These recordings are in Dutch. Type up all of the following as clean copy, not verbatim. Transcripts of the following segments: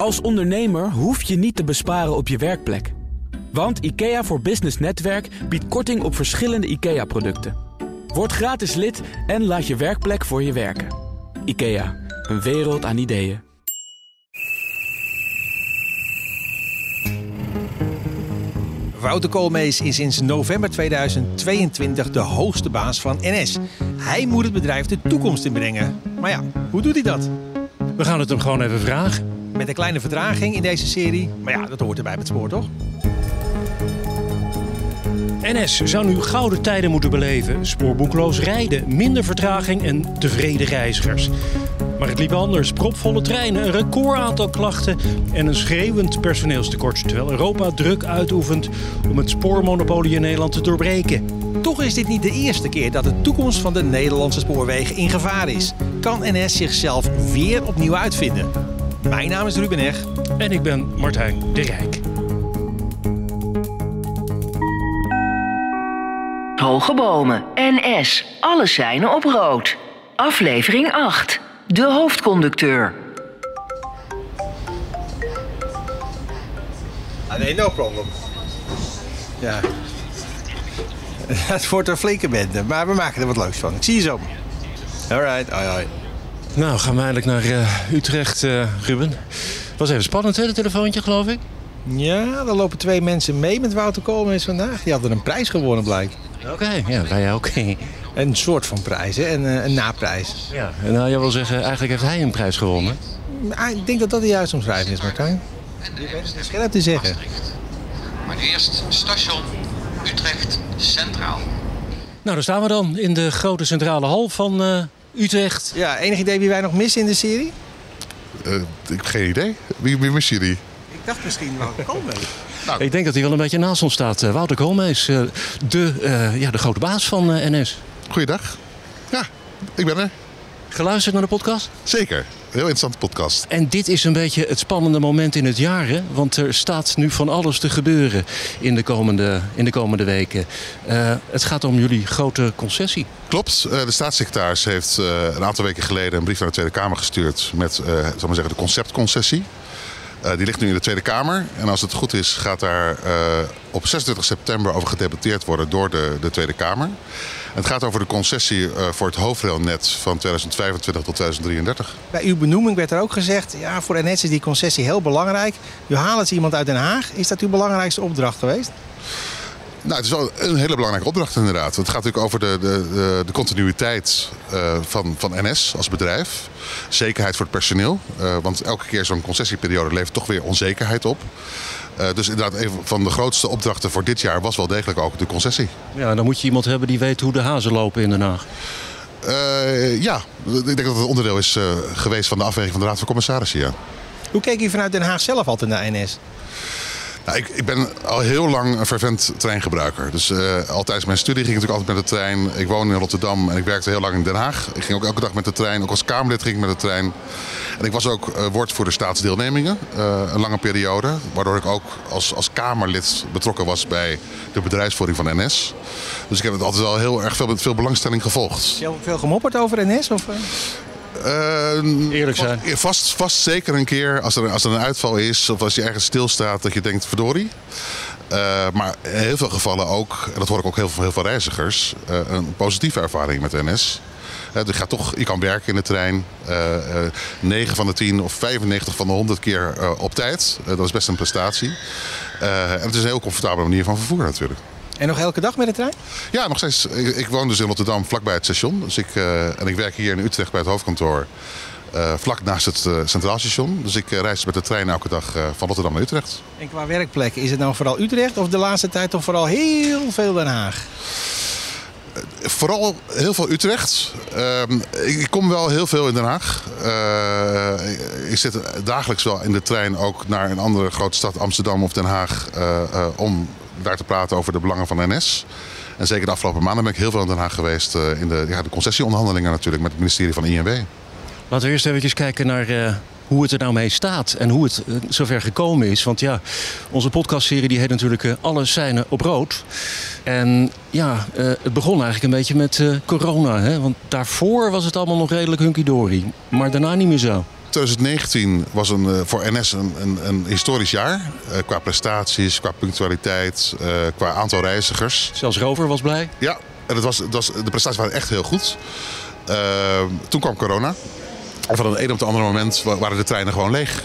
Als ondernemer hoef je niet te besparen op je werkplek. Want IKEA voor Business Netwerk biedt korting op verschillende IKEA-producten. Word gratis lid en laat je werkplek voor je werken. IKEA, een wereld aan ideeën. Wouter Koolmees is sinds november 2022 de hoogste baas van NS. Hij moet het bedrijf de toekomst inbrengen. Maar ja, hoe doet hij dat? We gaan het hem gewoon even vragen. Met een kleine vertraging in deze serie. Maar ja, dat hoort erbij met spoor, toch? NS zou nu gouden tijden moeten beleven. Spoorboekloos rijden, minder vertraging en tevreden reizigers. Maar het liep anders. Propvolle treinen, een record aantal klachten en een schreeuwend personeelstekort. Terwijl Europa druk uitoefent om het spoormonopolie in Nederland te doorbreken. Toch is dit niet de eerste keer dat de toekomst van de Nederlandse spoorwegen in gevaar is. Kan NS zichzelf weer opnieuw uitvinden? Mijn naam is Ruben Eg. En ik ben Martijn de Rijk. Hoge bomen. NS. Alle seinen op rood. Aflevering 8. De hoofdconducteur. Nee, no problem. Ja. Het wordt een flinke bende, maar we maken er wat leuks van. Ik zie je zo. Alright, hoi. Nou, gaan we eindelijk naar Utrecht, Ruben. Was even spannend, hè, het telefoontje, geloof ik? Ja, er lopen 2 mensen mee met Wouter Koolmees vandaag. Die hadden een prijs gewonnen, blijkt. Oké, ja, wij ook. Een soort van prijs, hè? Een naprijs. Ja, en nou, jij wil zeggen, eigenlijk heeft hij een prijs gewonnen. Ik denk dat dat de juiste omschrijving is, Martijn. Je bent het scherp te zeggen. Maar eerst station Utrecht Centraal. Nou, daar staan we dan in de grote centrale hal van Utrecht. Ja, enig idee wie wij nog missen in de serie? Ik heb geen idee. Wie mis je die? Ik dacht misschien Wouter Koolmees. Nou. Ik denk dat hij wel een beetje naast ons staat. Wouter Koolmees, de grote baas van NS. Goeiedag. Ja, ik ben er. Geluisterd naar de podcast? Zeker. Een heel interessante podcast. En dit is een beetje het spannende moment in het jaar, hè? Want er staat nu van alles te gebeuren in de komende weken. Het gaat om jullie grote concessie. Klopt. De staatssecretaris heeft een aantal weken geleden een brief naar de Tweede Kamer gestuurd met de conceptconcessie. Die ligt nu in de Tweede Kamer. En als het goed is, gaat daar op 26 september over gedebatteerd worden door de Tweede Kamer. Het gaat over de concessie voor het hoofdrailnet van 2025 tot 2033. Bij uw benoeming werd er ook gezegd, ja, voor NS is die concessie heel belangrijk. U haalt het iemand uit Den Haag. Is dat uw belangrijkste opdracht geweest? Nou, het is wel een hele belangrijke opdracht inderdaad. Het gaat natuurlijk over de continuïteit van NS als bedrijf. Zekerheid voor het personeel. Want elke keer zo'n concessieperiode levert toch weer onzekerheid op. Dus inderdaad, een van de grootste opdrachten voor dit jaar was wel degelijk ook de concessie. Ja, dan moet je iemand hebben die weet hoe de hazen lopen in Den Haag. Ja, ik denk dat het onderdeel is geweest van de afweging van de Raad van Commissarissen, ja. Hoe keek u vanuit Den Haag zelf altijd naar NS? Nou, ik ben al heel lang een fervent treingebruiker. Dus al tijdens mijn studie ging ik natuurlijk altijd met de trein. Ik woonde in Rotterdam en ik werkte heel lang in Den Haag. Ik ging ook elke dag met de trein. Ook als Kamerlid ging ik met de trein. En ik was ook woordvoerder staatsdeelnemingen, een lange periode. Waardoor ik ook als Kamerlid betrokken was bij de bedrijfsvoering van NS. Dus ik heb het altijd wel heel erg met veel belangstelling gevolgd. Heb je veel gemopperd over NS? Of? Eerlijk zijn. Vast zeker een keer als er een uitval is of als je ergens stilstaat dat je denkt verdorie. Maar in heel veel gevallen ook, en dat hoor ik ook heel veel reizigers, een positieve ervaring met NS. Je kan werken in de trein 9 van de 10 of 95 van de 100 keer op tijd. Dat is best een prestatie. En het is een heel comfortabele manier van vervoer natuurlijk. En nog elke dag met de trein? Ja, nog steeds. Ik woon dus in Rotterdam vlakbij het station. Dus ik werk hier in Utrecht bij het hoofdkantoor. Vlak naast het Centraal Station. Dus ik reis met de trein elke dag van Rotterdam naar Utrecht. En qua werkplek, is het nou vooral Utrecht of de laatste tijd toch vooral heel veel Den Haag? Vooral heel veel Utrecht. Ik kom wel heel veel in Den Haag. Ik zit dagelijks wel in de trein ook naar een andere grote stad, Amsterdam of Den Haag, om daar te praten over de belangen van NS. En zeker de afgelopen maanden ben ik heel veel in Den Haag geweest in de concessieonderhandelingen natuurlijk met het ministerie van INW. Laten we eerst even kijken naar hoe het er nou mee staat en hoe het zover gekomen is. Want ja, onze podcastserie die heet natuurlijk Alle seinen op rood. En ja, het begon eigenlijk een beetje met corona. Hè? Want daarvoor was het allemaal nog redelijk hunky-dory. Maar daarna niet meer zo. 2019 was voor NS een historisch jaar. Qua prestaties, qua punctualiteit, qua aantal reizigers. Zelfs Rover was blij. Ja, en de prestaties waren echt heel goed. Toen kwam corona. En van het een op het andere moment waren de treinen gewoon leeg.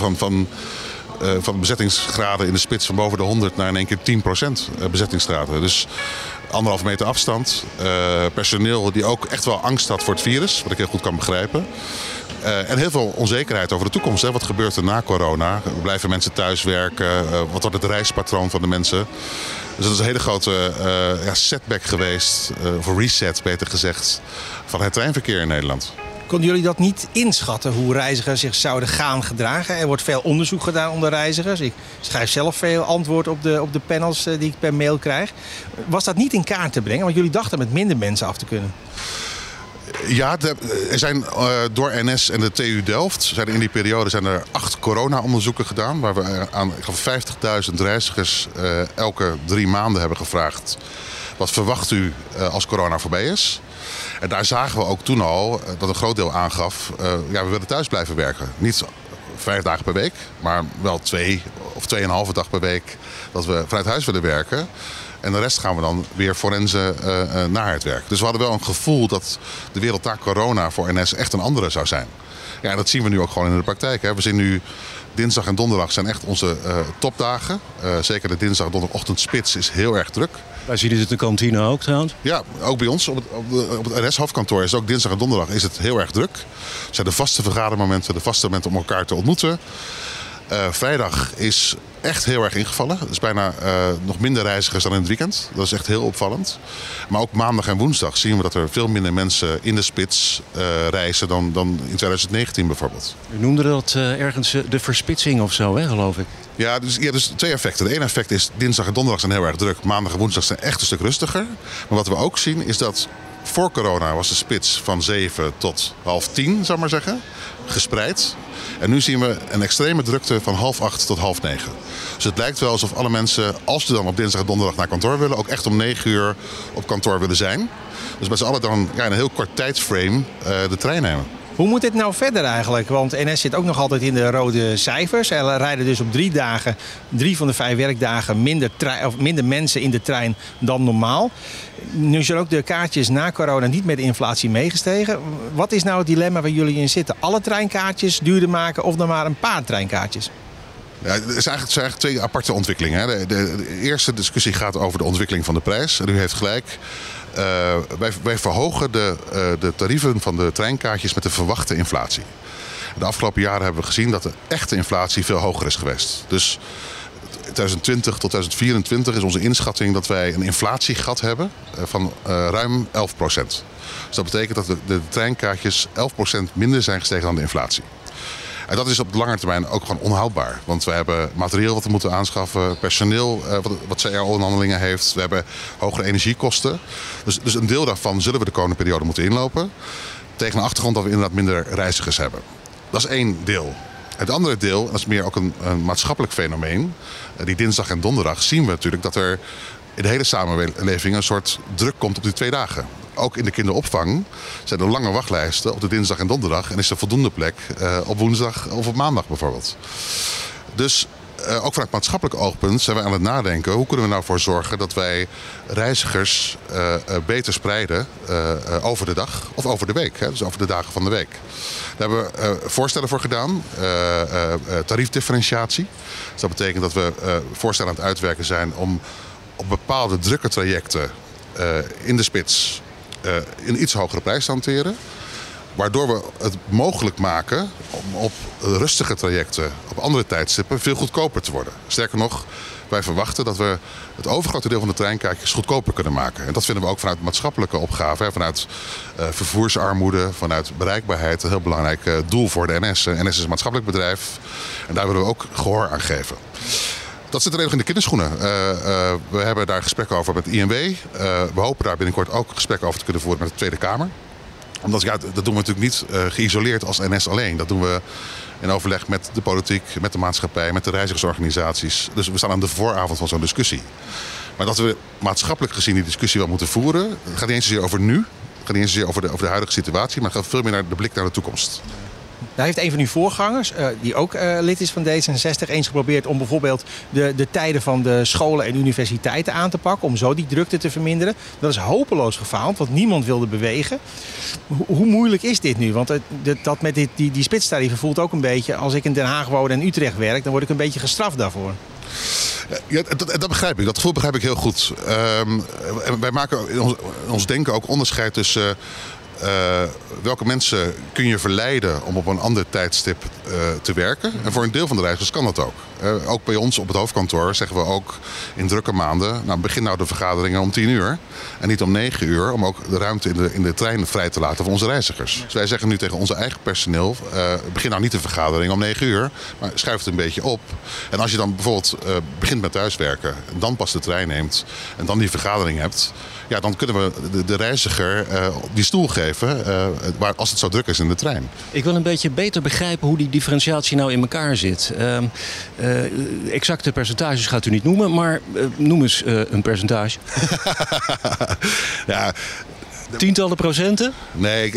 Van bezettingsgraden in de spits van boven de 100 naar in één keer 10% bezettingsgraden. Dus 1,5 meter afstand. Personeel die ook echt wel angst had voor het virus, wat ik heel goed kan begrijpen. En heel veel onzekerheid over de toekomst. Hè. Wat gebeurt er na corona? Blijven mensen thuiswerken? Wat wordt het reispatroon van de mensen? Dus dat is een hele grote setback geweest, of reset beter gezegd, van het treinverkeer in Nederland. Konden jullie dat niet inschatten, hoe reizigers zich zouden gaan gedragen? Er wordt veel onderzoek gedaan onder reizigers. Ik schrijf zelf veel antwoord op de panels die ik per mail krijg. Was dat niet in kaart te brengen? Want jullie dachten met minder mensen af te kunnen. Ja, er zijn door NS en de TU Delft in die periode zijn er 8 corona-onderzoeken gedaan. Waar we aan 50.000 reizigers elke 3 maanden hebben gevraagd: wat verwacht u als corona voorbij is? En daar zagen we ook toen al dat een groot deel aangaf: we willen thuis blijven werken. Niet 5 dagen per week, maar wel 2 of 2,5 dag per week dat we vanuit huis willen werken. En de rest gaan we dan weer forensen naar het werk. Dus we hadden wel een gevoel dat de wereld na corona voor NS echt een andere zou zijn. Ja, en dat zien we nu ook gewoon in de praktijk. Hè. We zien nu dinsdag en donderdag zijn echt onze topdagen. Zeker de dinsdag en donderdagochtendspits is heel erg druk. Wij zien het in de kantine ook trouwens. Ja, ook bij ons op het NS-hoofdkantoor is het ook dinsdag en donderdag is het heel erg druk. Het zijn de vaste vergadermomenten, de vaste momenten om elkaar te ontmoeten. Vrijdag is echt heel erg ingevallen. Er is bijna nog minder reizigers dan in het weekend. Dat is echt heel opvallend. Maar ook maandag en woensdag zien we dat er veel minder mensen in de spits reizen dan in 2019 bijvoorbeeld. U noemde dat ergens de verspitsing of zo, hè, geloof ik? Ja, dus 2 effecten. De ene effect is dinsdag en donderdag zijn heel erg druk. Maandag en woensdag zijn echt een stuk rustiger. Maar wat we ook zien is dat voor corona was de spits van 7 tot 9:30, zou ik maar zeggen, gespreid. En nu zien we een extreme drukte van 7:30 tot 8:30. Dus het lijkt wel alsof alle mensen, als ze dan op dinsdag en donderdag naar kantoor willen, ook echt om 9 uur op kantoor willen zijn. Dus met z'n allen dan in een heel kort tijdsframe de trein nemen. Hoe moet dit nou verder eigenlijk? Want NS zit ook nog altijd in de rode cijfers. Er rijden dus op 3 dagen, 3 van de 5 werkdagen minder mensen in de trein dan normaal. Nu zijn ook de kaartjes na corona niet met de inflatie meegestegen. Wat is nou het dilemma waar jullie in zitten? Alle treinkaartjes duurder maken of dan maar een paar treinkaartjes? Ja, het zijn eigenlijk 2 aparte ontwikkelingen. Hè. De eerste discussie gaat over de ontwikkeling van de prijs. En u heeft gelijk. Wij verhogen de tarieven van de treinkaartjes met de verwachte inflatie. De afgelopen jaren hebben we gezien dat de echte inflatie veel hoger is geweest. Dus 2020 tot 2024 is onze inschatting dat wij een inflatiegat hebben van ruim 11%. Dus dat betekent dat de treinkaartjes 11% minder zijn gestegen dan de inflatie. En dat is op de lange termijn ook gewoon onhoudbaar. Want we hebben materieel wat we moeten aanschaffen, personeel wat CAO-onderhandelingen heeft. We hebben hogere energiekosten. Dus een deel daarvan zullen we de komende periode moeten inlopen. Tegen een achtergrond dat we inderdaad minder reizigers hebben. Dat is 1 deel. Het andere deel, dat is meer ook een maatschappelijk fenomeen. Die dinsdag en donderdag zien we natuurlijk dat er in de hele samenleving een soort druk komt op die 2 dagen. Ook in de kinderopvang zijn er lange wachtlijsten op de dinsdag en donderdag. En is er voldoende plek op woensdag of op maandag bijvoorbeeld. Dus ook vanuit maatschappelijk oogpunt zijn wij aan het nadenken: hoe kunnen we nou voor zorgen dat wij reizigers beter spreiden over de dag of over de week. Hè, dus over de dagen van de week. Daar hebben we voorstellen voor gedaan. Tariefdifferentiatie. Dus dat betekent dat we voorstellen aan het uitwerken zijn om op bepaalde drukke trajecten in de spits een iets hogere prijs te hanteren. Waardoor we het mogelijk maken om op rustige trajecten, op andere tijdstippen, veel goedkoper te worden. Sterker nog, wij verwachten dat we het overgrote deel van de treinkaartjes goedkoper kunnen maken. En dat vinden we ook vanuit maatschappelijke opgaven, vanuit vervoersarmoede, vanuit bereikbaarheid, een heel belangrijk doel voor de NS. NS is een maatschappelijk bedrijf en daar willen we ook gehoor aan geven. Dat zit er nog in de kinderschoenen. We hebben daar gesprekken over met INW. We hopen daar binnenkort ook gesprekken over te kunnen voeren met de Tweede Kamer. Omdat dat doen we natuurlijk niet geïsoleerd als NS alleen. Dat doen we in overleg met de politiek, met de maatschappij, met de reizigersorganisaties. Dus we staan aan de vooravond van zo'n discussie. Maar dat we maatschappelijk gezien die discussie wel moeten voeren, het gaat niet eens zozeer over nu. Het gaat niet eens zozeer over de huidige situatie, maar het gaat veel meer naar de blik naar de toekomst. Daar heeft een van uw voorgangers, die ook lid is van D66, eens geprobeerd om bijvoorbeeld de tijden van de scholen en universiteiten aan te pakken. Om zo die drukte te verminderen. Dat is hopeloos gefaald, want niemand wilde bewegen. Hoe moeilijk is dit nu? Want dat met die spitstarieven voelt ook een beetje, als ik in Den Haag woon en Utrecht werk, dan word ik een beetje gestraft daarvoor. Ja, dat begrijp ik. Dat gevoel begrijp ik heel goed. Wij maken in ons denken ook onderscheid tussen welke mensen kun je verleiden om op een ander tijdstip te werken. En voor een deel van de reizigers kan dat ook. Ook bij ons op het hoofdkantoor zeggen we ook in drukke maanden, begin nou de vergaderingen om 10 uur en niet om 9 uur, om ook de ruimte in de trein vrij te laten voor onze reizigers. Dus wij zeggen nu tegen onze eigen personeel, begin nou niet de vergadering om 9 uur, maar schuif het een beetje op. En als je dan bijvoorbeeld begint met thuiswerken, en dan pas de trein neemt en dan die vergadering hebt, ja, dan kunnen we de reiziger die stoel geven als het zo druk is in de trein. Ik wil een beetje beter begrijpen hoe die differentiatie nou in elkaar zit. Exacte percentages gaat u niet noemen, maar noem eens een percentage. Ja, tientallen procenten? Nee,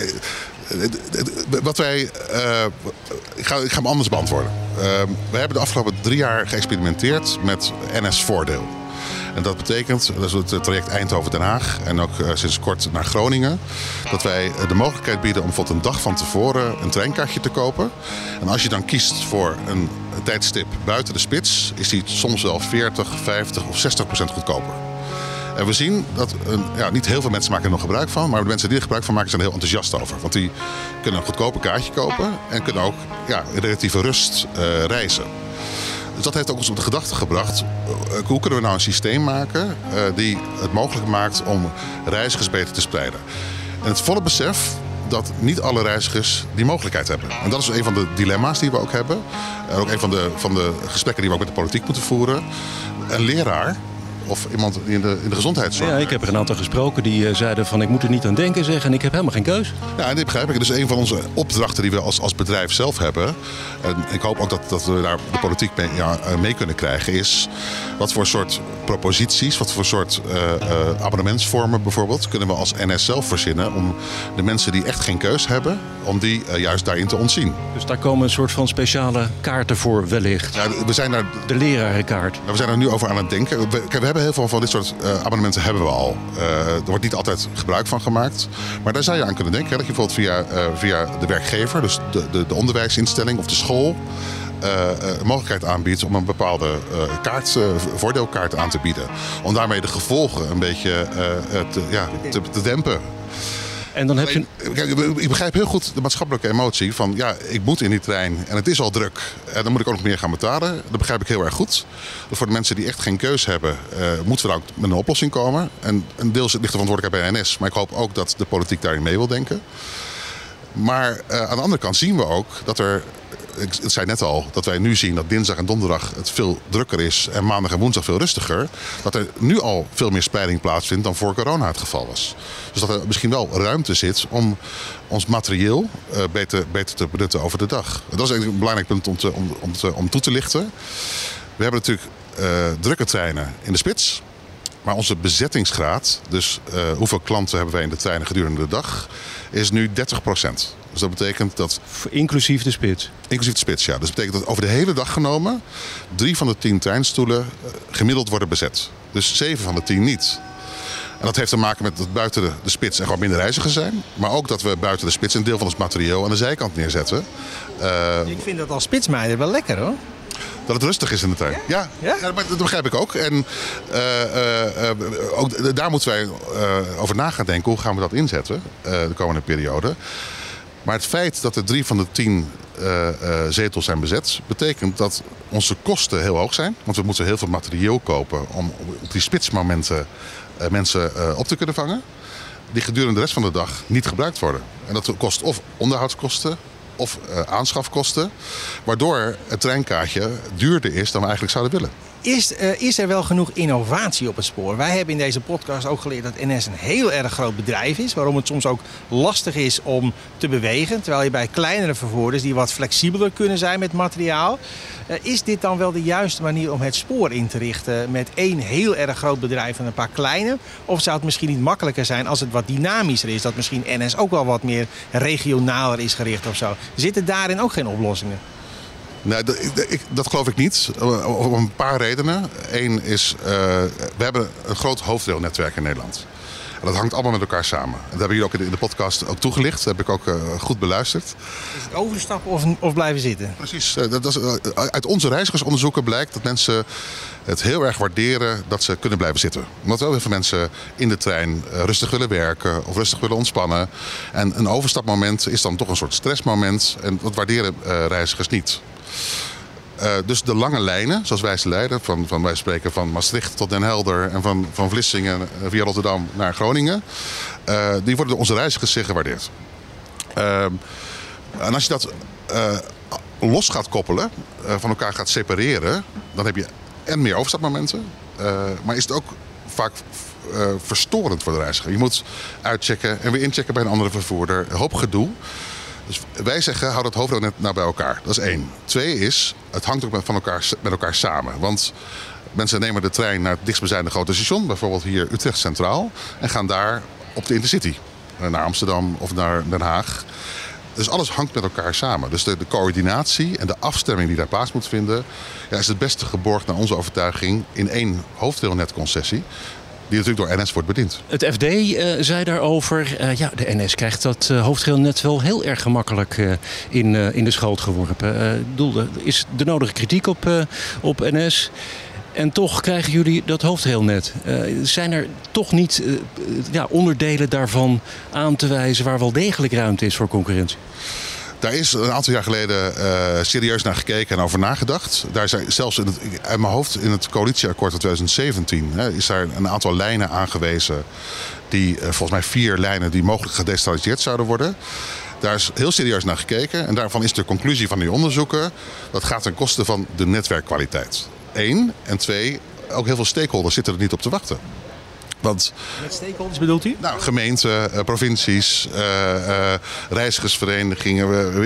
wat wij... Ik ga hem anders beantwoorden. We hebben de afgelopen 3 jaar geëxperimenteerd met NS-voordeel. En dat betekent, dat is het traject Eindhoven-Den Haag en ook sinds kort naar Groningen, dat wij de mogelijkheid bieden om bijvoorbeeld een dag van tevoren een treinkaartje te kopen. En als je dan kiest voor een tijdstip buiten de spits, is die soms wel 40, 50 of 60% goedkoper. En we zien dat niet heel veel mensen maken er nog gebruik van, maar de mensen die er gebruik van maken zijn er heel enthousiast over. Want die kunnen een goedkoper kaartje kopen en kunnen ook in relatieve rust reizen. Dus dat heeft ook ons op de gedachte gebracht, hoe kunnen we nou een systeem maken die het mogelijk maakt om reizigers beter te spreiden. En het volle besef dat niet alle reizigers die mogelijkheid hebben. En dat is een van de dilemma's die we ook hebben. En ook een van de gesprekken die we ook met de politiek moeten voeren. Een leraar of iemand die in de gezondheidszorg. Ja, ik heb er een aantal gesproken die zeiden van ik moet er niet aan denken zeggen en ik heb helemaal geen keus. Ja, en dit begrijp ik. Dus een van onze opdrachten die we als bedrijf zelf hebben, en ik hoop ook dat we daar de politiek mee kunnen krijgen, is wat voor soort proposities, wat voor soort abonnementsvormen bijvoorbeeld, kunnen we als NS zelf verzinnen om de mensen die echt geen keus hebben, om die juist daarin te ontzien. Dus daar komen een soort van speciale kaarten voor wellicht. Ja, we zijn daar, de lerarenkaart. We zijn er nu over aan het denken. We hebben heel veel van dit soort abonnementen hebben we al. Er wordt niet altijd gebruik van gemaakt. Maar daar zou je aan kunnen denken. Dat je bijvoorbeeld via de werkgever, dus de onderwijsinstelling of de school, een mogelijkheid aanbiedt om een bepaalde voordeelkaart aan te bieden. Om daarmee de gevolgen een beetje te dempen. En dan heb je... Ik begrijp heel goed de maatschappelijke emotie van ik moet in die trein en het is al druk. En dan moet ik ook nog meer gaan betalen. Dat begrijp ik heel erg goed. Voor de mensen die echt geen keus hebben, moeten we daar ook met een oplossing komen. En een deel ligt de verantwoordelijkheid bij NS. Maar ik hoop ook dat de politiek daarin mee wil denken. Maar aan de andere kant zien we ook dat er... Ik zei net al dat wij nu zien dat dinsdag en donderdag het veel drukker is en maandag en woensdag veel rustiger. Dat er nu al veel meer spreiding plaatsvindt dan voor corona het geval was. Dus dat er misschien wel ruimte zit om ons materieel beter te benutten over de dag. Dat is een belangrijk punt om toe te lichten. We hebben natuurlijk drukke treinen in de spits. Maar onze bezettingsgraad, dus hoeveel klanten hebben wij in de treinen gedurende de dag, is nu 30%. Dus dat betekent dat... Inclusief de spits? Inclusief de spits, ja. Dus dat betekent dat over de hele dag genomen 3 van de 10 treinstoelen gemiddeld worden bezet. Dus 7 van de 10 niet. En dat heeft te maken met dat buiten de spits er gewoon minder reizigers zijn. Maar ook dat we buiten de spits een deel van ons materieel aan de zijkant neerzetten. Ik vind dat als spitsmeider wel lekker, hoor. Dat het rustig is in de trein. Ja, maar dat begrijp ik ook. En ook daar moeten wij over na gaan denken. Hoe gaan we dat inzetten de komende periode? Maar het feit dat er 3 van de 10 zetels zijn bezet, betekent dat onze kosten heel hoog zijn. Want we moeten heel veel materieel kopen om op die spitsmomenten mensen op te kunnen vangen. Die gedurende de rest van de dag niet gebruikt worden. En dat kost of onderhoudskosten of aanschafkosten. Waardoor het treinkaartje duurder is dan we eigenlijk zouden willen. Is er wel genoeg innovatie op het spoor? Wij hebben in deze podcast ook geleerd dat NS een heel erg groot bedrijf is. Waarom het soms ook lastig is om te bewegen. Terwijl je bij kleinere vervoerders die wat flexibeler kunnen zijn met materiaal. Is dit dan wel de juiste manier om het spoor in te richten met 1 heel erg groot bedrijf en een paar kleine? Of zou het misschien niet makkelijker zijn als het wat dynamischer is? Dat misschien NS ook wel wat meer regionaler is gericht of zo? Zitten daarin ook geen oplossingen? Nee, dat geloof ik niet. Om een paar redenen. Eén is, we hebben een groot hoofdrailnetwerk in Nederland. En dat hangt allemaal met elkaar samen. Dat hebben we hier ook in de podcast ook toegelicht. Dat heb ik ook goed beluisterd. Is het overstappen of blijven zitten? Precies. Uit onze reizigersonderzoeken blijkt dat mensen het heel erg waarderen dat ze kunnen blijven zitten. Omdat wel heel veel mensen in de trein rustig willen werken of rustig willen ontspannen. En een overstapmoment is dan toch een soort stressmoment. En dat waarderen reizigers niet. Dus de lange lijnen, zoals wij ze leiden, wij spreken van Maastricht tot Den Helder en van Vlissingen via Rotterdam naar Groningen, die worden door onze reizigers zeer gewaardeerd. En als je dat los gaat koppelen, van elkaar gaat separeren, dan heb je en meer overstapmomenten, maar is het ook vaak verstorend voor de reiziger. Je moet uitchecken en weer inchecken bij een andere vervoerder. Een hoop gedoe. Dus wij zeggen, hou dat hoofdrailnet nou bij elkaar. Dat is 1. 2 is, het hangt ook met elkaar samen. Want mensen nemen de trein naar het dichtstbijzijnde grote station, bijvoorbeeld hier Utrecht Centraal, en gaan daar op de Intercity naar Amsterdam of naar Den Haag. Dus alles hangt met elkaar samen. Dus de coördinatie en de afstemming die daar plaats moet vinden, is het beste geborgd naar onze overtuiging in 1 hoofdrailnetconcessie. Die natuurlijk door NS wordt bediend. Het FD zei daarover, de NS krijgt dat hoofdrailnet wel heel erg gemakkelijk in de schoot geworpen. Er is de nodige kritiek op NS. En toch krijgen jullie dat hoofdrailnet. Zijn er toch niet onderdelen daarvan aan te wijzen waar wel degelijk ruimte is voor concurrentie? Daar is een aantal jaar geleden serieus naar gekeken en over nagedacht. Daar zijn zelfs uit mijn hoofd in het coalitieakkoord van 2017 is daar een aantal lijnen aangewezen. Die volgens mij 4 lijnen die mogelijk gedecentraliseerd zouden worden. Daar is heel serieus naar gekeken. En daarvan is de conclusie van die onderzoeken, dat gaat ten koste van de netwerkkwaliteit. 1. En 2, ook heel veel stakeholders zitten er niet op te wachten. Want, met stakeholders bedoelt u? Nou, gemeenten, provincies, reizigersverenigingen,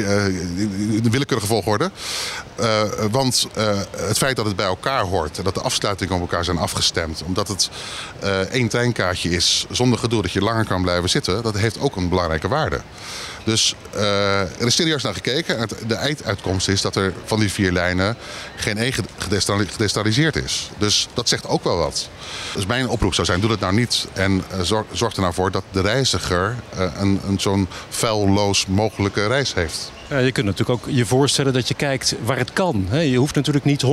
de willekeurige volgorde. Want het feit dat het bij elkaar hoort en dat de afsluitingen op elkaar zijn afgestemd, omdat het 1 treinkaartje is zonder gedoe dat je langer kan blijven zitten, dat heeft ook een belangrijke waarde. Dus er is serieus naar gekeken en de einduitkomst is dat er van die 4 lijnen geen 1 gedecentraliseerd is. Dus dat zegt ook wel wat. Dus mijn oproep zou zijn, doe dat nou niet en zorg er nou voor dat de reiziger een zo'n vuilloos mogelijke reis heeft. Ja, je kunt natuurlijk ook je voorstellen dat je kijkt waar het kan. Je hoeft natuurlijk niet 100%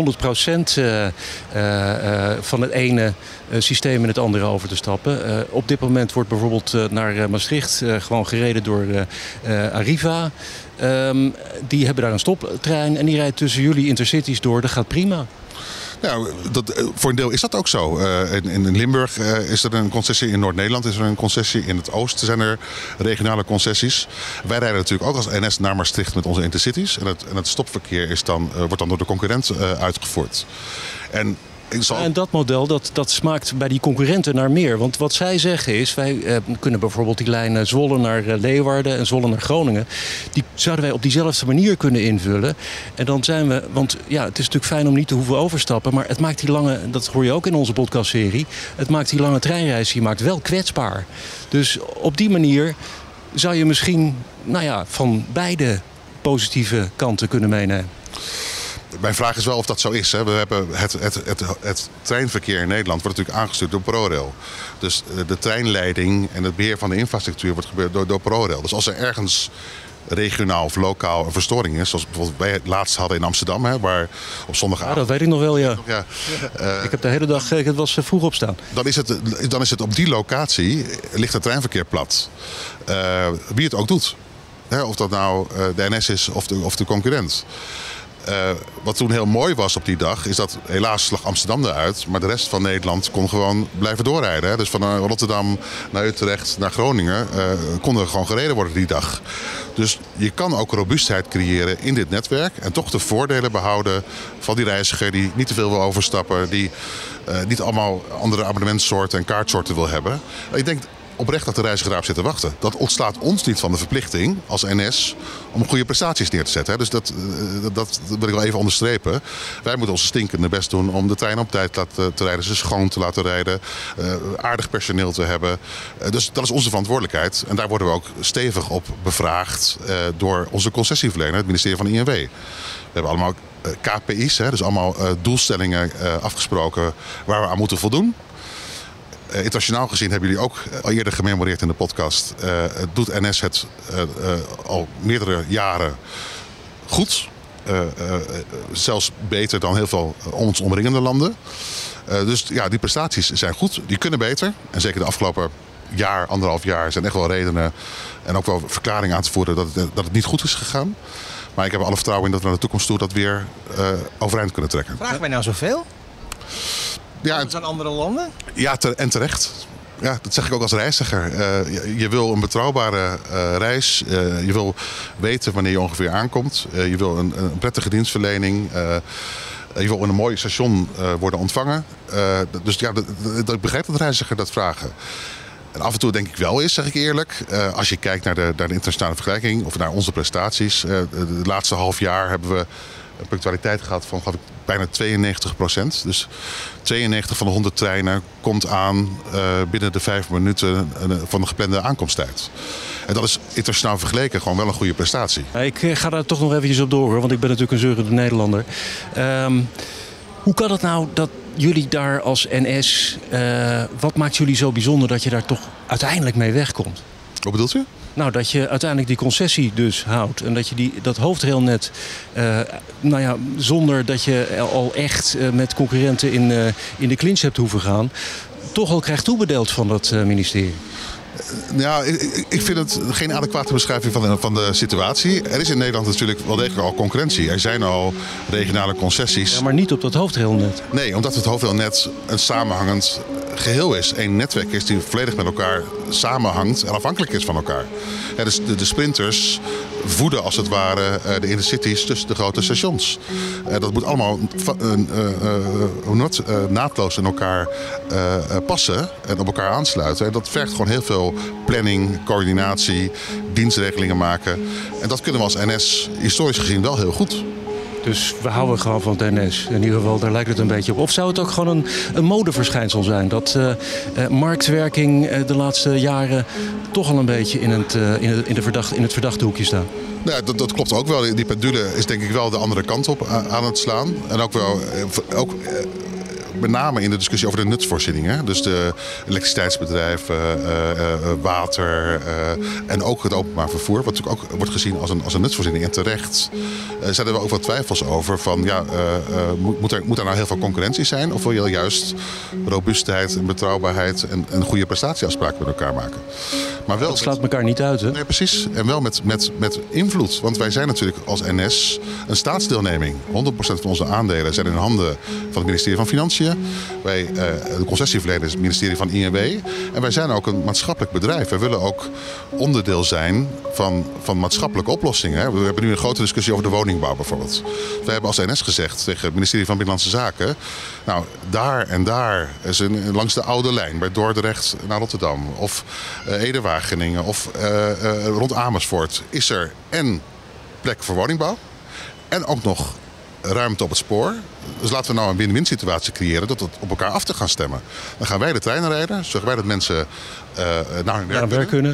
van het ene systeem in het andere over te stappen. Op dit moment wordt bijvoorbeeld naar Maastricht gewoon gereden door Arriva. Die hebben daar een stoptrein en die rijdt tussen jullie intercities door. Dat gaat prima. Nou, voor een deel is dat ook zo. In Limburg is er een concessie, in Noord-Nederland is er een concessie, in het oosten zijn er regionale concessies. Wij rijden natuurlijk ook als NS naar Maastricht met onze intercities. En het stopverkeer wordt dan door de concurrent uitgevoerd. En dat model, dat smaakt bij die concurrenten naar meer. Want wat zij zeggen is, wij kunnen bijvoorbeeld die lijn Zwolle naar Leeuwarden en Zwolle naar Groningen. Die zouden wij op diezelfde manier kunnen invullen. En dan zijn we, want ja, het is natuurlijk fijn om niet te hoeven overstappen. Maar het maakt die lange, dat hoor je ook in onze podcastserie, het maakt die lange treinreis, je maakt wel kwetsbaar. Dus op die manier zou je misschien, van beide positieve kanten kunnen meenemen. Mijn vraag is wel of dat zo is. Hè. We hebben het treinverkeer in Nederland wordt natuurlijk aangestuurd door ProRail. Dus de treinleiding en het beheer van de infrastructuur wordt gebeurd door ProRail. Dus als er ergens regionaal of lokaal een verstoring is, zoals bijvoorbeeld wij het laatst hadden in Amsterdam, waar op zondagavond. Ja, dat weet ik nog wel, ja. Ik heb de hele dag, het was vroeg opstaan. Dan is het op die locatie, ligt het treinverkeer plat. Wie het ook doet. Of dat nou de NS is of de concurrent. Wat toen heel mooi was op die dag, is dat helaas lag Amsterdam eruit, maar de rest van Nederland kon gewoon blijven doorrijden. Hè. Dus van Rotterdam naar Utrecht naar Groningen kon er gewoon gereden worden die dag. Dus je kan ook robuustheid creëren in dit netwerk en toch de voordelen behouden van die reiziger die niet te veel wil overstappen, die niet allemaal andere abonnementsoorten en kaartsoorten wil hebben. Ik denk oprecht dat de reiziger daarop zit te wachten. Dat ontslaat ons niet van de verplichting als NS om goede prestaties neer te zetten. Hè. Dus dat wil ik wel even onderstrepen. Wij moeten onze stinkende best doen om de trein op tijd te rijden, ze schoon te laten rijden, aardig personeel te hebben. Dus dat is onze verantwoordelijkheid. En daar worden we ook stevig op bevraagd door onze concessieverlener, het ministerie van INW. We hebben allemaal KPI's, dus allemaal doelstellingen afgesproken waar we aan moeten voldoen. Internationaal gezien hebben jullie ook al eerder gememoreerd in de podcast. Doet NS het al meerdere jaren goed. Zelfs beter dan heel veel ons omringende landen. Dus ja, die prestaties zijn goed. Die kunnen beter. En zeker de afgelopen jaar, 1,5 jaar zijn echt wel redenen en ook wel verklaringen aan te voeren dat het niet goed is gegaan. Maar ik heb alle vertrouwen in dat we naar de toekomst toe dat weer overeind kunnen trekken. Vragen wij nou zoveel? Ja, het zijn andere landen? Ja, en terecht. Ja, dat zeg ik ook als reiziger. Je wil een betrouwbare reis. Je wil weten wanneer je ongeveer aankomt. Je wil een prettige dienstverlening. Je wil in een mooi station worden ontvangen. Dus ja, ik begrijp dat reizigers dat vragen. En af en toe denk ik wel eens, zeg ik eerlijk, als je kijkt naar de internationale vergelijking of naar onze prestaties. De laatste half jaar hebben we een punctualiteit gehad van geloof ik, bijna 92%. Dus 92 van de 100 treinen komt aan binnen de 5 minuten van de geplande aankomsttijd. En dat is internationaal vergeleken gewoon wel een goede prestatie. Ik ga daar toch nog eventjes op door, hoor, want ik ben natuurlijk een zeurende Nederlander. Hoe kan het nou dat jullie daar als NS, wat maakt jullie zo bijzonder dat je daar toch uiteindelijk mee wegkomt? Wat bedoelt u? Nou, dat je uiteindelijk die concessie dus houdt. En dat je dat hoofdrailnet, zonder dat je al echt met concurrenten in de clinch hebt hoeven gaan, toch al krijgt toebedeeld van dat ministerie. Ja, ik vind het geen adequate beschrijving van de situatie. Er is in Nederland natuurlijk wel degelijk al concurrentie. Er zijn al regionale concessies. Ja, maar niet op dat hoofdrailnet. Nee, omdat het hoofdrailnet een samenhangend geheel is. Een netwerk is die volledig met elkaar samenhangt en afhankelijk is van elkaar. Ja, dus de sprinters voeden als het ware de intercities tussen de grote stations. Dat moet allemaal naadloos in elkaar passen en op elkaar aansluiten. En dat vergt gewoon heel veel planning, coördinatie, dienstregelingen maken. En dat kunnen we als NS historisch gezien wel heel goed. Dus we houden gewoon van het NS. In ieder geval, daar lijkt het een beetje op. Of zou het ook gewoon een modeverschijnsel zijn? Dat marktwerking de laatste jaren toch al een beetje in het verdachte hoekje staat? Ja, dat klopt ook wel. Die pendule is denk ik wel de andere kant op aan het slaan. En ook met name in de discussie over de nutsvoorzieningen. Dus de elektriciteitsbedrijven, water en ook het openbaar vervoer. Wat natuurlijk ook wordt gezien als een nutsvoorziening. En terecht zijn er wel ook wat twijfels over. Van, moet er nou heel veel concurrentie zijn? Of wil je juist robuustheid en betrouwbaarheid en goede prestatieafspraken met elkaar maken? Maar wel, dat slaat elkaar niet uit, hè? Nee, precies. En wel met invloed. Want wij zijn natuurlijk als NS een staatsdeelneming. 100% van onze aandelen zijn in handen van het ministerie van Financiën. Wij, de concessieverlener is het ministerie van INW. En wij zijn ook een maatschappelijk bedrijf. Wij willen ook onderdeel zijn van maatschappelijke oplossingen. Hè. We hebben nu een grote discussie over de woningbouw bijvoorbeeld. Wij hebben als NS gezegd tegen het ministerie van Binnenlandse Zaken. Nou, daar en daar is langs de oude lijn. Bij Dordrecht naar Rotterdam. Of Ede-Wageningen. Of rond Amersfoort. Is er en plek voor woningbouw. En ook nog ruimte op het spoor. Dus laten we nou een win-win situatie creëren dat het op elkaar af te gaan stemmen. Dan gaan wij de treinen rijden, zorgen wij dat mensen naar hun werk kunnen.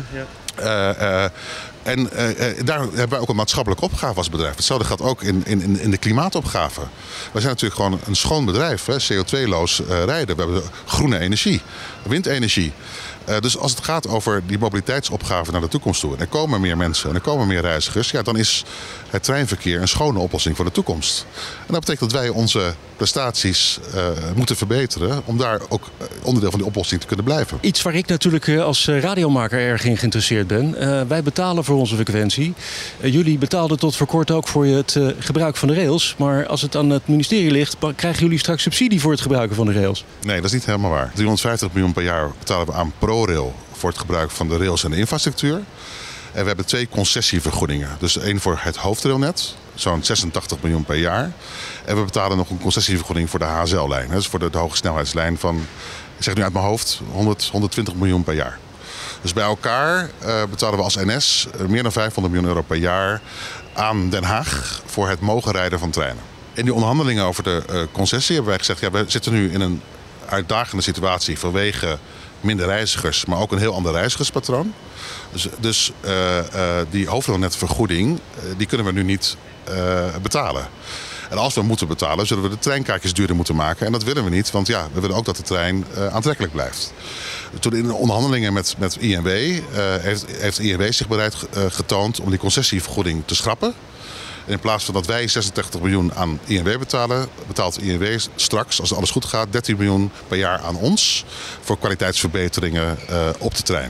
Ja. En daar hebben wij ook een maatschappelijke opgave als bedrijf. Hetzelfde gaat ook in de klimaatopgave. Wij zijn natuurlijk gewoon een schoon bedrijf. CO2-loos rijden. We hebben groene energie, windenergie. Dus als het gaat over die mobiliteitsopgave naar de toekomst toe. En er komen meer mensen en er komen meer reizigers. Ja, dan is het treinverkeer een schone oplossing voor de toekomst. En dat betekent dat wij onze prestaties moeten verbeteren. Om daar ook onderdeel van die oplossing te kunnen blijven. Iets waar ik natuurlijk als radiomaker erg in geïnteresseerd ben. Wij betalen voor onze frequentie. Jullie betaalden tot voor kort ook voor het gebruik van de rails. Maar als het aan het ministerie ligt, krijgen jullie straks subsidie voor het gebruiken van de rails? Nee, dat is niet helemaal waar. 350 miljoen per jaar betalen we aan ProRail voor het gebruik van de rails en de infrastructuur. En we hebben 2 concessievergoedingen. Dus één voor het hoofdrailnet, zo'n 86 miljoen per jaar. En we betalen nog een concessievergoeding voor de HSL-lijn. Dus voor de hoge snelheidslijn van, ik zeg nu uit mijn hoofd, 120 miljoen per jaar. Dus bij elkaar betalen we als NS meer dan 500 miljoen euro per jaar aan Den Haag voor het mogen rijden van treinen. In die onderhandelingen over de concessie hebben wij gezegd, we zitten nu in een uitdagende situatie vanwege minder reizigers, maar ook een heel ander reizigerspatroon. Dus die hoofdrolnetvergoeding, die kunnen we nu niet betalen. En als we moeten betalen, zullen we de treinkaartjes duurder moeten maken. En dat willen we niet, want we willen ook dat de trein aantrekkelijk blijft. Toen in de onderhandelingen met INW heeft INW zich bereid getoond om die concessievergoeding te schrappen. En in plaats van dat wij 86 miljoen aan INW betalen, betaalt INW straks, als alles goed gaat, 13 miljoen per jaar aan ons voor kwaliteitsverbeteringen op de trein.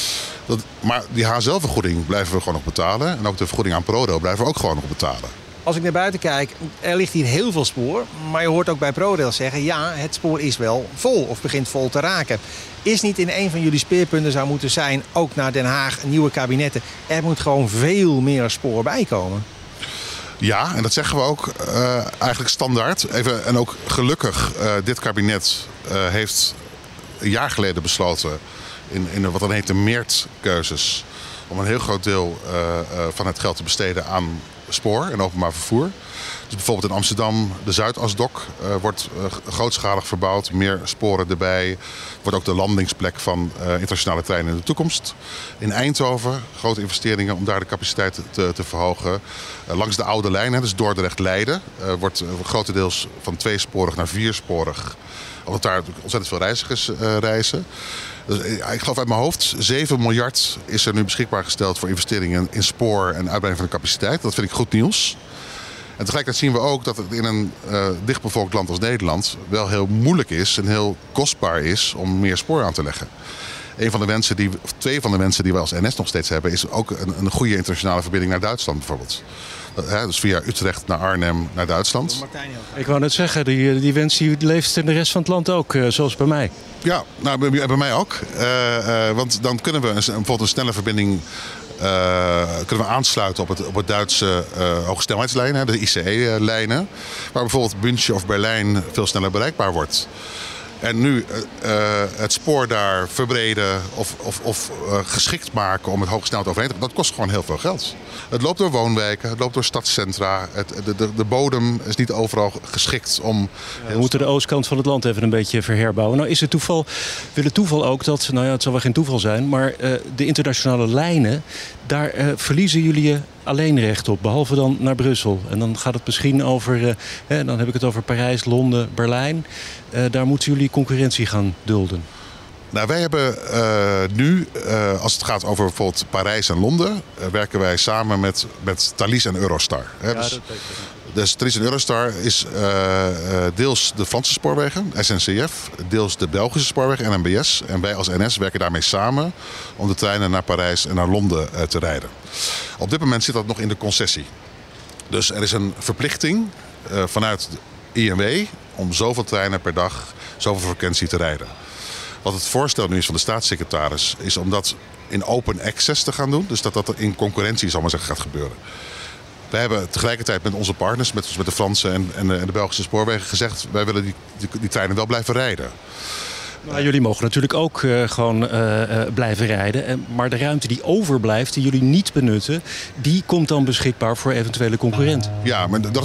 Maar die HSL-vergoeding blijven we gewoon nog betalen. En ook de vergoeding aan ProRail blijven we ook gewoon nog betalen. Als ik naar buiten kijk, er ligt hier heel veel spoor. Maar je hoort ook bij ProRail zeggen, ja, het spoor is wel vol of begint vol te raken. Is niet in een van jullie speerpunten zou moeten zijn, ook naar Den Haag, nieuwe kabinetten. Er moet gewoon veel meer spoor bij komen. Ja, en dat zeggen we ook eigenlijk standaard. En ook gelukkig, dit kabinet heeft een jaar geleden besloten in wat dan heet de meertkeuzes, om een heel groot deel van het geld te besteden aan spoor en openbaar vervoer. Dus bijvoorbeeld in Amsterdam, de Zuidasdok wordt grootschalig verbouwd. Meer sporen erbij. Wordt ook de landingsplek van internationale treinen in de toekomst. In Eindhoven, grote investeringen om daar de capaciteit te verhogen. Langs de oude lijn, dus Dordrecht-Leiden, wordt grotendeels van 2-sporig naar 4-sporig. Omdat daar ontzettend veel reizigers reizen. Dus ik geloof uit mijn hoofd, 7 miljard is er nu beschikbaar gesteld voor investeringen in spoor en uitbreiding van de capaciteit. Dat vind ik goed nieuws. En tegelijkertijd zien we ook dat het in een dichtbevolkt land als Nederland wel heel moeilijk is en heel kostbaar is om meer spoor aan te leggen. Twee van de wensen die we als NS nog steeds hebben, is ook een goede internationale verbinding naar Duitsland bijvoorbeeld. Dus via Utrecht naar Arnhem naar Duitsland. Ik wou net zeggen, die wens die leeft in de rest van het land ook, zoals bij mij. Ja, nou, bij mij ook. Want dan kunnen we bijvoorbeeld een snelle verbinding kunnen we aansluiten op het Duitse hogesnelheidslijnen, de ICE-lijnen. Waar bijvoorbeeld München of Berlijn veel sneller bereikbaar wordt. En nu het spoor daar verbreden of geschikt maken om het hogesnelheid overheen te gaan, dat kost gewoon heel veel geld. Het loopt door woonwijken, het loopt door stadscentra. De bodem is niet overal geschikt om... We moeten de oostkant van het land even een beetje verherbouwen. Nou is het toeval ook dat, het zal wel geen toeval zijn, maar de internationale lijnen, daar verliezen jullie je alleen recht op, behalve dan naar Brussel. En dan gaat het misschien over, dan heb ik het over Parijs, Londen, Berlijn. Daar moeten jullie concurrentie gaan dulden. Nou, wij hebben nu, als het gaat over bijvoorbeeld Parijs en Londen, werken wij samen met Thalys en Eurostar. Dus Thalys en Eurostar is deels de Franse spoorwegen, SNCF, deels de Belgische spoorwegen, NMBS. En wij als NS werken daarmee samen om de treinen naar Parijs en naar Londen te rijden. Op dit moment zit dat nog in de concessie. Dus er is een verplichting vanuit de INW om zoveel treinen per dag, zoveel frequentie te rijden. Wat het voorstel nu is van de staatssecretaris, is om dat in open access te gaan doen. Dus dat in concurrentie, zal maar zeggen, gaat gebeuren. Wij hebben tegelijkertijd met onze partners, met de Franse en de Belgische spoorwegen, gezegd, wij willen die treinen wel blijven rijden. Nou, jullie mogen natuurlijk ook gewoon blijven rijden. Maar de ruimte die overblijft, die jullie niet benutten, die komt dan beschikbaar voor eventuele concurrenten. Ja, maar dat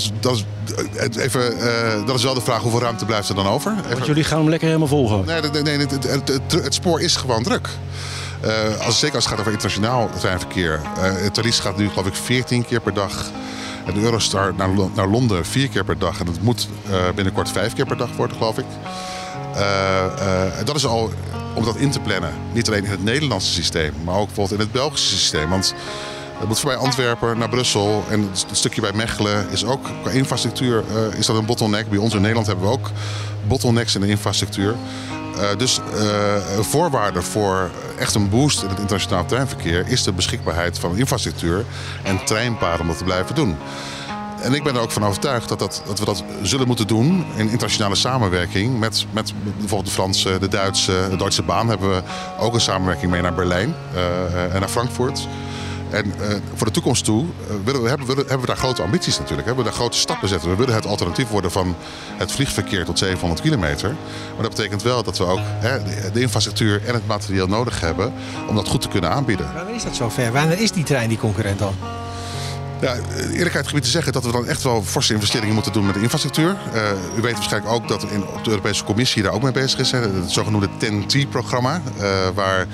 is wel de vraag, hoeveel ruimte blijft er dan over? Want jullie gaan hem lekker helemaal vol gooien. Nee, het spoor is gewoon druk. Zeker als het gaat over internationaal treinverkeer. Thalys gaat nu geloof ik 14 keer per dag. En de Eurostar naar Londen 4 keer per dag. En dat moet binnenkort 5 keer per dag worden, geloof ik. Dat is al om dat in te plannen. Niet alleen in het Nederlandse systeem, maar ook bijvoorbeeld in het Belgische systeem. Want het moet voorbij Antwerpen naar Brussel. En het stukje bij Mechelen is ook qua infrastructuur is dat een bottleneck. Bij ons in Nederland hebben we ook bottlenecks in de infrastructuur. Dus voorwaarde voor echt een boost in het internationaal treinverkeer is de beschikbaarheid van infrastructuur en treinpaden om dat te blijven doen. En ik ben er ook van overtuigd dat we dat zullen moeten doen in internationale samenwerking met bijvoorbeeld de Franse, de Duitse, de Deutsche Bahn hebben we ook een samenwerking mee naar Berlijn en naar Frankfurt. En voor de toekomst toe hebben we daar grote ambities natuurlijk. Hebben we daar grote stappen zetten. We willen het alternatief worden van het vliegverkeer tot 700 kilometer. Maar dat betekent wel dat we ook de infrastructuur en het materieel nodig hebben om dat goed te kunnen aanbieden. Wanneer is dat zover? Wanneer is die trein die concurrent dan? Ja, eerlijkheid gebied te zeggen dat we dan echt wel forse investeringen moeten doen met de infrastructuur. U weet waarschijnlijk ook dat de Europese Commissie daar ook mee bezig is. Het zogenoemde TEN-T-programma, waar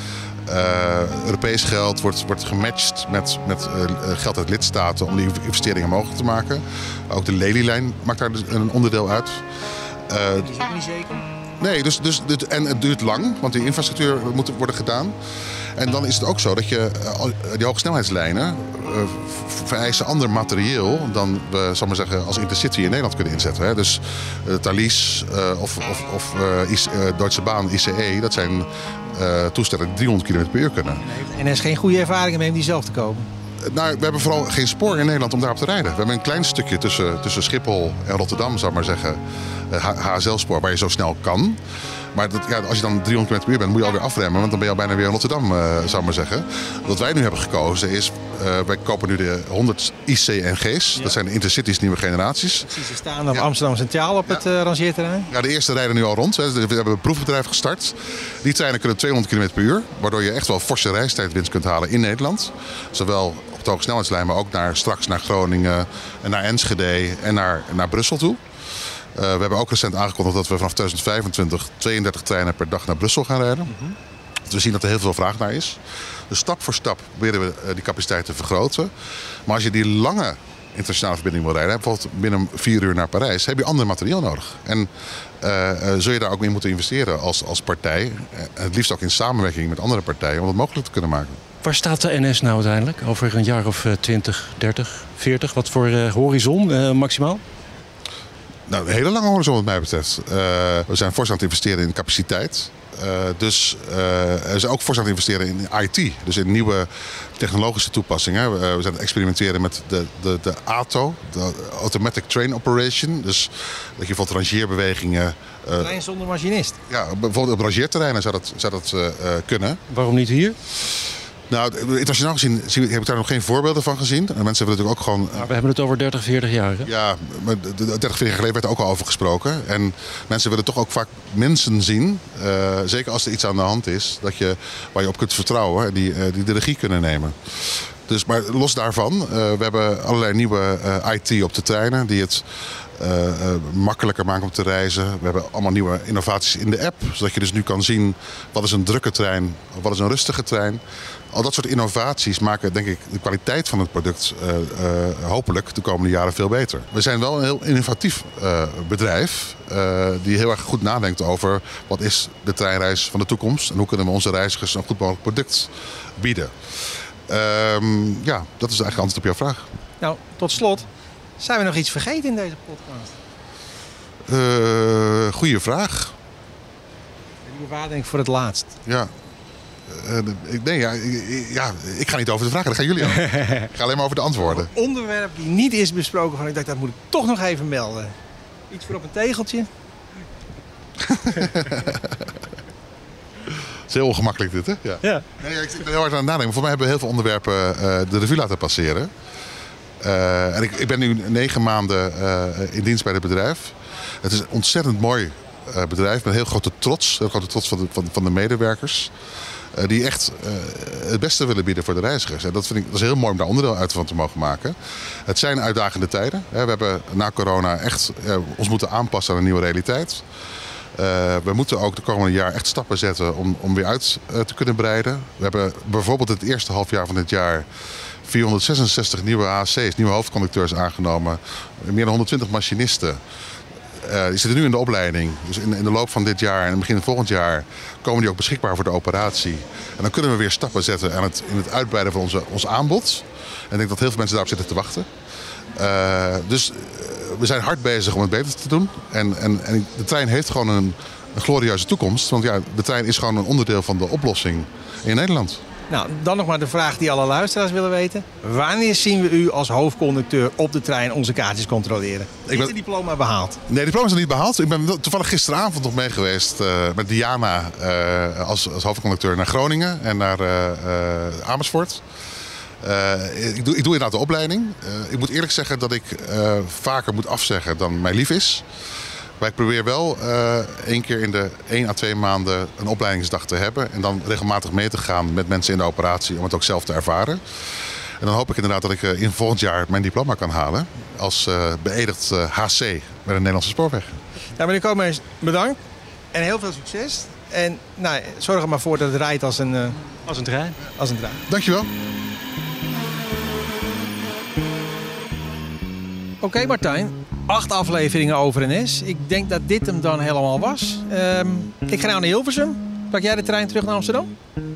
Europees geld wordt gematcht met geld uit lidstaten om die investeringen mogelijk te maken. Ook de Lelylijn maakt daar een onderdeel uit. Dat is ook niet zeker. Nee, en het duurt lang, want die infrastructuur moet worden gedaan. En dan is het ook zo dat die hogesnelheidslijnen vereisen ander materieel dan we, zal maar zeggen, als Intercity in Nederland kunnen inzetten. Hè. Dus Thalys of Deutsche Bahn, ICE, dat zijn toestellen die 300 km per uur kunnen. En er is geen goede ervaring mee om die zelf te kopen. Nou, we hebben vooral geen spoor in Nederland om daarop te rijden. We hebben een klein stukje tussen Schiphol en Rotterdam, zou ik maar zeggen. HSL-spoor, waar je zo snel kan. Maar als je dan 300 km per uur bent, moet je alweer afremmen. Want dan ben je al bijna weer in Rotterdam, zou ik maar zeggen. Wat wij nu hebben gekozen is, wij kopen nu de 100 ICNG's. Ja. Dat zijn de Intercities nieuwe generaties. Precies, ze staan op Amsterdam Centraal op het rangeerterrein. Ja, de eerste rijden nu al rond. We hebben een proefbedrijf gestart. Die treinen kunnen 200 km per uur. Waardoor je echt wel forse reistijdwinst kunt halen in Nederland. Zowel op de hogesnelheidslijn, maar ook straks naar Groningen en naar Enschede en naar Brussel toe. We hebben ook recent aangekondigd dat we vanaf 2025 32 treinen per dag naar Brussel gaan rijden. Mm-hmm. We zien dat er heel veel vraag naar is. Dus stap voor stap proberen we die capaciteit te vergroten. Maar als je die lange internationale verbinding wil rijden, bijvoorbeeld binnen 4 uur naar Parijs, heb je ander materieel nodig. En zul je daar ook mee moeten investeren als partij. Het liefst ook in samenwerking met andere partijen om dat mogelijk te kunnen maken. Waar staat de NS nou uiteindelijk? Over een jaar of 20, 30, 40? Wat voor horizon maximaal? Nou, een hele lange horizon wat mij betreft. We zijn fors aan het investeren in capaciteit. Dus we zijn ook fors aan het investeren in IT. Dus in nieuwe technologische toepassingen. We zijn aan het experimenteren met de ATO, de Automatic Train Operation. Dus dat je bijvoorbeeld rangeerbewegingen... trein zonder machinist? Ja, bijvoorbeeld op rangeerterreinen zou dat kunnen. Waarom niet hier? Nou, internationaal gezien heb ik daar nog geen voorbeelden van gezien. En mensen willen natuurlijk ook gewoon... Maar we hebben het over 30, 40 jaar. Hè? Ja, maar 30, 40 jaar geleden werd er ook al over gesproken. En mensen willen toch ook vaak mensen zien, zeker als er iets aan de hand is, waar je op kunt vertrouwen, die de regie kunnen nemen. Dus, maar los daarvan, we hebben allerlei nieuwe IT op de treinen die het makkelijker maken om te reizen. We hebben allemaal nieuwe innovaties in de app, zodat je dus nu kan zien wat is een drukke trein, wat is een rustige trein. Al dat soort innovaties maken, denk ik, de kwaliteit van het product hopelijk de komende jaren veel beter. We zijn wel een heel innovatief bedrijf die heel erg goed nadenkt over wat is de treinreis van de toekomst en hoe kunnen we onze reizigers een goed mogelijk product bieden. Ja, dat is eigenlijk antwoord op jouw vraag. Nou, tot slot, zijn we nog iets vergeten in deze podcast? Goeie vraag. Die bewaar denk ik voor het laatst. Ja. Ik ga niet over de vragen, dat gaan jullie aan. Ik ga alleen maar over de antwoorden. Een onderwerp die niet is besproken, van ik dacht dat moet ik toch nog even melden. Iets voor op een tegeltje. Het is heel ongemakkelijk dit, hè? Ja. Ja. Nee, ik ben heel hard aan het nadenken. Voor mij hebben we heel veel onderwerpen de revue laten passeren. En ik ben nu 9 maanden in dienst bij het bedrijf. Het is een ontzettend mooi bedrijf met heel grote trots van de medewerkers. Die echt het beste willen bieden voor de reizigers. En dat is heel mooi om daar onderdeel uit van te mogen maken. Het zijn uitdagende tijden. We hebben na corona echt ons moeten aanpassen aan een nieuwe realiteit. We moeten ook de komende jaar echt stappen zetten om weer uit te kunnen breiden. We hebben bijvoorbeeld het eerste halfjaar van dit jaar 466 nieuwe AC's, nieuwe hoofdconducteurs aangenomen. Meer dan 120 machinisten. Die zitten nu in de opleiding. Dus in de loop van dit jaar en begin volgend jaar komen die ook beschikbaar voor de operatie. En dan kunnen we weer stappen zetten in het uitbreiden van ons aanbod. En ik denk dat heel veel mensen daarop zitten te wachten. Dus we zijn hard bezig om het beter te doen. En de trein heeft gewoon een glorieuze toekomst. Want ja, de trein is gewoon een onderdeel van de oplossing in Nederland. Nou, dan nog maar de vraag die alle luisteraars willen weten. Wanneer zien we u als hoofdconducteur op de trein onze kaartjes controleren? Is het diploma behaald? Nee, het diploma is nog niet behaald. Ik ben toevallig gisteravond nog mee geweest met Diana als hoofdconducteur naar Groningen en naar Amersfoort. Ik doe inderdaad de opleiding. Ik moet eerlijk zeggen dat ik vaker moet afzeggen dan mij lief is. Maar ik probeer wel 1 keer in de 1 à 2 maanden een opleidingsdag te hebben. En dan regelmatig mee te gaan met mensen in de operatie om het ook zelf te ervaren. En dan hoop ik inderdaad dat ik in volgend jaar mijn diploma kan halen als beëdigd HC bij de Nederlandse Spoorweg. Ja, meneer Koopmans, bedankt. En heel veel succes. En zorg er maar voor dat het rijdt als een trein. Als een trein. Dankjewel. Oké, Martijn. 8 afleveringen over NS. Ik denk dat dit hem dan helemaal was. Ik ga nou naar Hilversum. Pak jij de trein terug naar Amsterdam?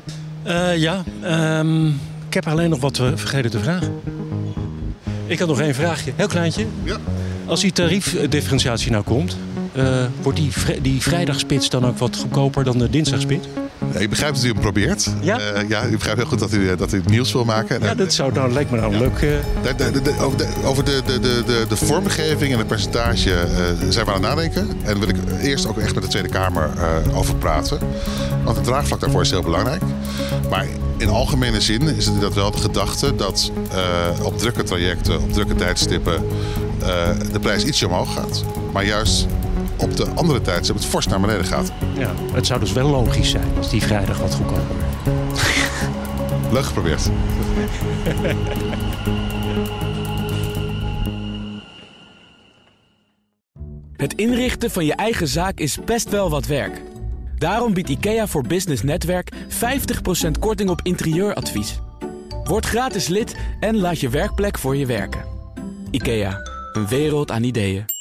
Ik heb alleen nog wat vergeten te vragen. Ik had nog 1 vraagje. Heel kleintje. Ja. Als die tariefdifferentiatie nou komt, wordt die vrijdagspits dan ook wat goedkoper dan de dinsdagspits? Ik begrijp dat u hem probeert. Ja? Ik begrijp heel goed dat u het nieuws wil maken. Ja, dat lijkt me nou leuk. Over de vormgeving en het percentage zijn we aan het nadenken. En daar wil ik eerst ook echt met de Tweede Kamer over praten. Want het draagvlak daarvoor is heel belangrijk. Maar in algemene zin is het inderdaad wel de gedachte dat op drukke trajecten, op drukke tijdstippen, de prijs ietsje omhoog gaat. Maar juist op de andere tijdstip het fors naar beneden gaat. Ja, het zou dus wel logisch zijn als die vrijdag wat goedkoper werd. Leuk geprobeerd. Het inrichten van je eigen zaak is best wel wat werk. Daarom biedt IKEA voor Business Netwerk 50% korting op interieuradvies. Word gratis lid en laat je werkplek voor je werken. IKEA, een wereld aan ideeën.